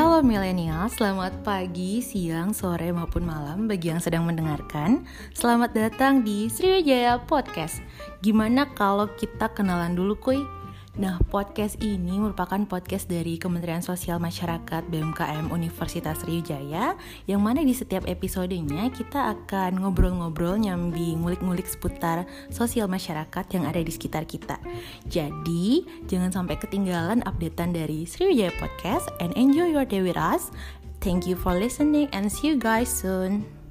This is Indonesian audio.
Halo milenial, selamat pagi, siang, sore maupun malam bagi yang sedang mendengarkan. Selamat datang di Sriwijaya Podcast. Gimana kalau kita kenalan dulu kuy? Nah, podcast ini merupakan podcast dari Kementerian Sosial Masyarakat BMKM Universitas Sriwijaya, yang mana di setiap episodenya kita akan ngobrol-ngobrol nyambi ngulik-ngulik seputar sosial masyarakat yang ada di sekitar kita. Jadi, jangan sampai ketinggalan updatean dari Sriwijaya Podcast and enjoy your day with us. Thank you for listening and see you guys soon.